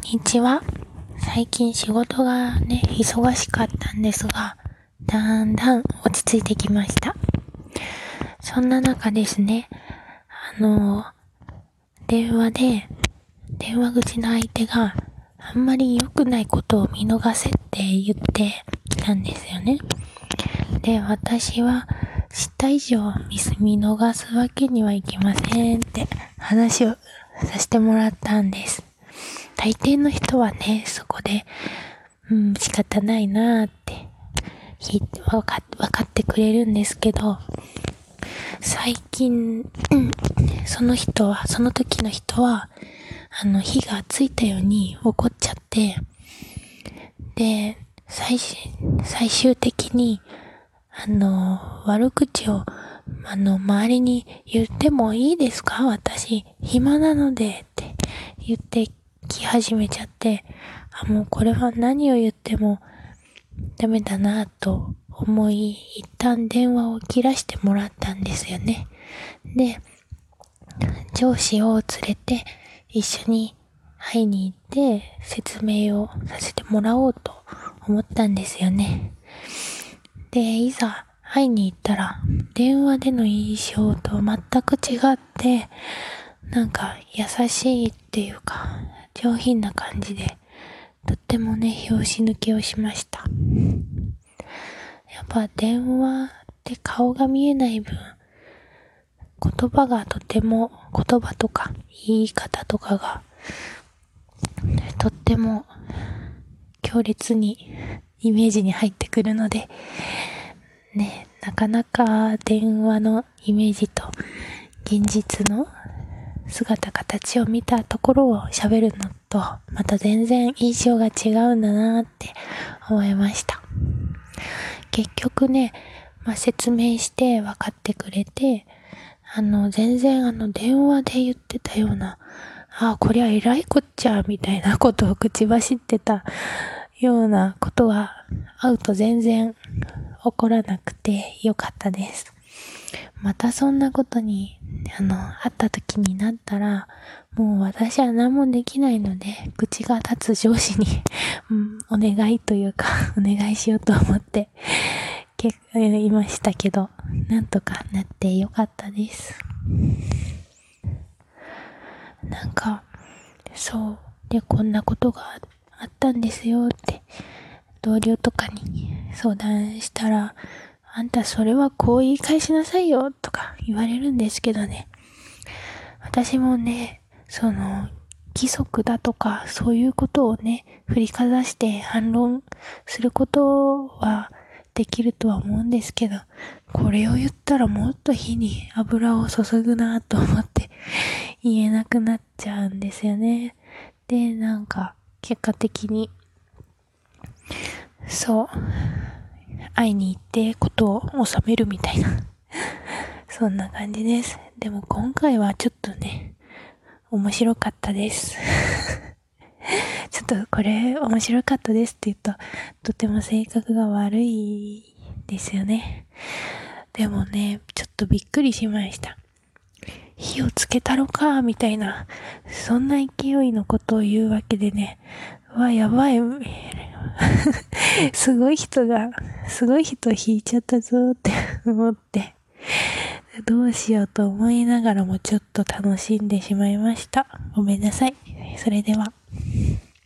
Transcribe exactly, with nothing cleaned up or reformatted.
にちは。最近仕事がね、忙しかったんですが、だんだん落ち着いてきました。そんな中ですね、あの、電話で、電話口の相手があんまり良くないことを見逃せって言ってきたんですよね。で、私は知った以上見逃すわけにはいきませんって話をさせてもらったんです。大抵の人はね、そこで、うん、仕方ないなーってわか、わかってくれるんですけど、最近、うん、その人は、その時の人は、あの、火がついたように怒っちゃって、で、最終、最終的に、あの、悪口を、あの、周りに言ってもいいですか？私、暇なので、って言ってき始めちゃって、あ、もうこれは何を言ってもダメだなと思い、一旦電話を切らしてもらったんですよね。で、上司を連れて一緒に会いに行って説明をさせてもらおうと思ったんですよね。で、いざ会いに行ったら電話での印象と全く違って、なんか優しいっていうか上品な感じで、とってもね、拍子抜けをしました。やっぱ電話って顔が見えない分、言葉がとても、言葉とか言い方とかがとっても強烈にイメージに入ってくるので、ね、なかなか電話のイメージと現実の姿形を見たところを喋るのとまた全然印象が違うんだなって思いました。結局ね、まあ、説明して分かってくれて、あの全然あの電話で言ってたような、ああこりゃ偉いこっちゃみたいなことを口走ってたようなことは会うと全然起こらなくてよかったです。またそんなことにあの会った時になったら、もう私は何もできないので、口が立つ上司に、うん、お願いというかお願いしようと思って結構言いましたけど、なんとかなってよかったです。なんかそうで、こんなことがあったんですよって同僚とかに相談したら、あんたそれはこう言い返しなさいよとか言われるんですけどね、私もね、その規則だとかそういうことをね振りかざして反論することはできるとは思うんですけど、これを言ったらもっと火に油を注ぐなと思って言えなくなっちゃうんですよね。で、なんか結果的にそう会いに行ってことを収めるみたいなそんな感じです。でも今回はちょっとね面白かったですちょっとこれ面白かったですって言うととても性格が悪いですよね。でもね、ちょっとびっくりしました。火をつけたろかみたいな、そんな勢いのことを言うわけでね、うわやばいすごい人がすごい人引いちゃったぞって思って、どうしようと思いながらもちょっと楽しんでしまいました。ごめんなさい。それでは。